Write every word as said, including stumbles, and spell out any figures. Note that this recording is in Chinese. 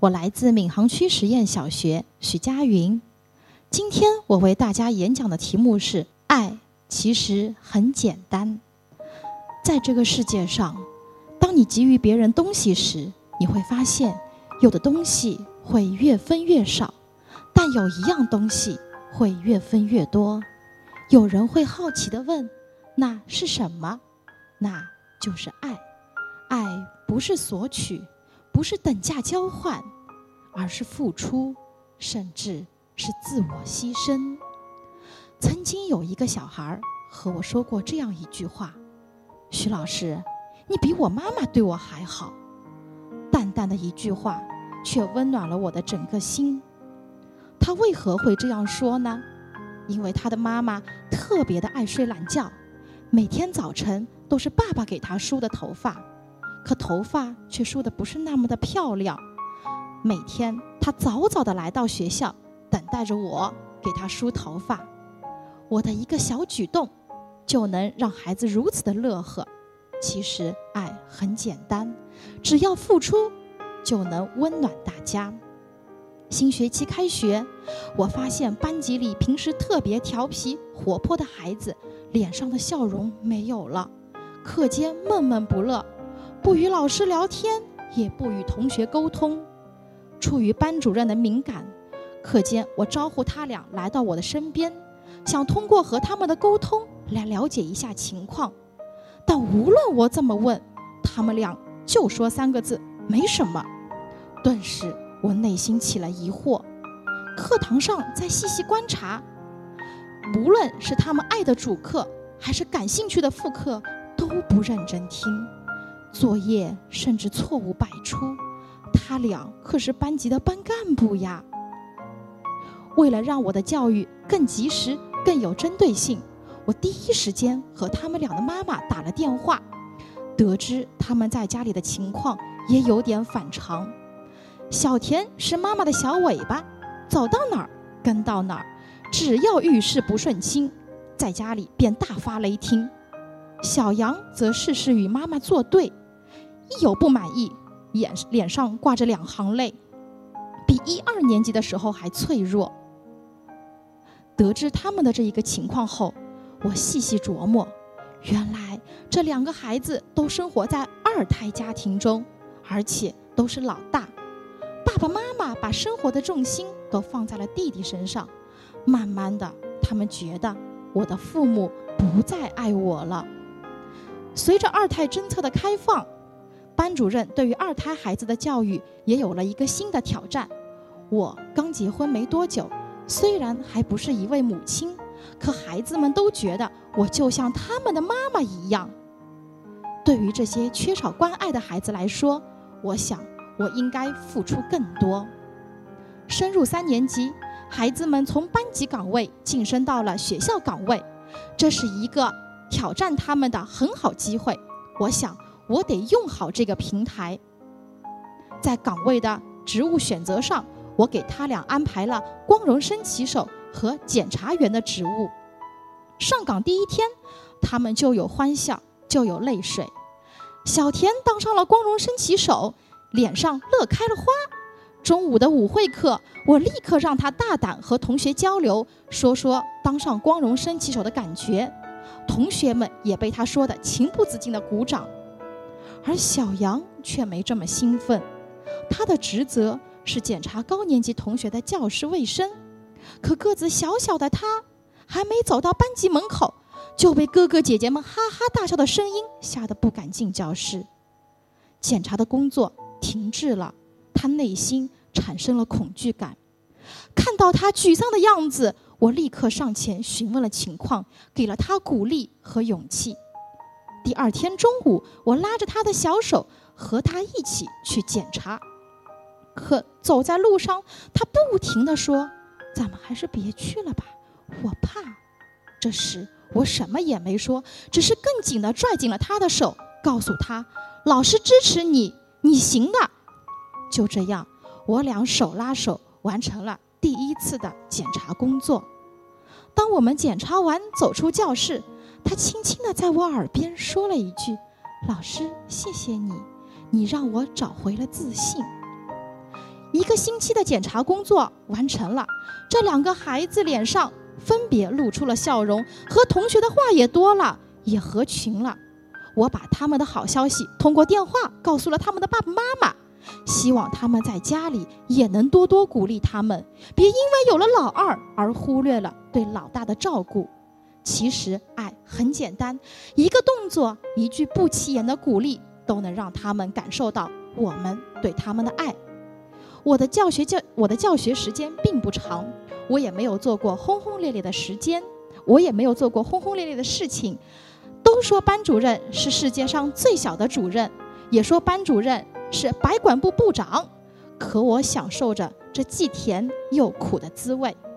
我来自闵行区实验小学，许佳云。今天我为大家演讲的题目是爱其实很简单。在这个世界上，当你给予别人东西时，你会发现有的东西会越分越少，但有一样东西会越分越多。有人会好奇地问，那是什么？那就是爱。爱不是索取，不是等价交换，而是付出，甚至是自我牺牲。曾经有一个小孩和我说过这样一句话，徐老师，你比我妈妈对我还好。淡淡的一句话，却温暖了我的整个心。他为何会这样说呢？因为他的妈妈特别的爱睡懒觉，每天早晨都是爸爸给他梳的头发，可头发却梳得不是那么的漂亮。每天他早早的来到学校，等待着我给他梳头发。我的一个小举动就能让孩子如此的乐呵。其实爱很简单，只要付出就能温暖大家。新学期开学，我发现班级里平时特别调皮活泼的孩子脸上的笑容没有了，课间闷闷不乐，不与老师聊天，也不与同学沟通。出于班主任的敏感，课间我招呼他俩来到我的身边，想通过和他们的沟通来了解一下情况。但无论我怎么问，他们俩就说三个字，没什么。顿时我内心起了疑惑。课堂上再细细观察，无论是他们爱的主课还是感兴趣的副课，都不认真听，作业甚至错误百出。他俩可是班级的班干部呀。为了让我的教育更及时更有针对性，我第一时间和他们俩的妈妈打了电话，得知他们在家里的情况也有点反常。小田是妈妈的小尾巴，走到哪儿跟到哪儿，只要遇事不顺心，在家里便大发雷霆。小杨则事事与妈妈作对，一有不满意，眼脸上挂着两行泪，比一二年级的时候还脆弱。得知他们的这一个情况后，我细细琢磨，原来这两个孩子都生活在二胎家庭中，而且都是老大。爸爸妈妈把生活的重心都放在了弟弟身上，慢慢的，他们觉得我的父母不再爱我了。随着二胎政策的开放，班主任对于二胎孩子的教育也有了一个新的挑战。我刚结婚没多久，虽然还不是一位母亲，可孩子们都觉得我就像他们的妈妈一样。对于这些缺少关爱的孩子来说，我想我应该付出更多。升入三年级，孩子们从班级岗位晋升到了学校岗位，这是一个挑战他们的很好机会。我想我得用好这个平台。在岗位的职务选择上，我给他俩安排了光荣升旗手和检察员的职务。上岗第一天，他们就有欢笑，就有泪水。小田当上了光荣升旗手，脸上乐开了花。中午的舞会课，我立刻让他大胆和同学交流，说说当上光荣升旗手的感觉。同学们也被他说得情不自禁地鼓掌。而小杨却没这么兴奋，他的职责是检查高年级同学的教室卫生。可个子小小的他，还没走到班级门口，就被哥哥姐姐们哈哈大笑的声音吓得不敢进教室。检查的工作停滞了，他内心产生了恐惧感。看到他沮丧的样子，我立刻上前询问了情况，给了他鼓励和勇气。第二天中午，我拉着他的小手，和他一起去检查。可走在路上，他不停地说，咱们还是别去了吧，我怕。这时我什么也没说，只是更紧地拽紧了他的手，告诉他，老师支持你，你行的。就这样，我俩手拉手完成了第一次的检查工作。当我们检查完走出教室，他轻轻地在我耳边说了一句，老师谢谢你，你让我找回了自信。 一个星期的检查工作完成了，这两个孩子脸上分别露出了笑容，和同学的话也多了，也合群了。我把他们的好消息通过电话告诉了他们的爸爸妈妈，希望他们在家里也能多多鼓励他们，别因为有了老二而忽略了对老大的照顾。其实爱很简单，一个动作，一句不起眼的鼓励，都能让他们感受到我们对他们的爱。我的教学教我的教学时间并不长，我也没有做过轰轰烈烈的时间，我也没有做过轰轰烈烈的事情。都说班主任是世界上最小的主任，也说班主任是百管部部长，可我享受着这既甜又苦的滋味。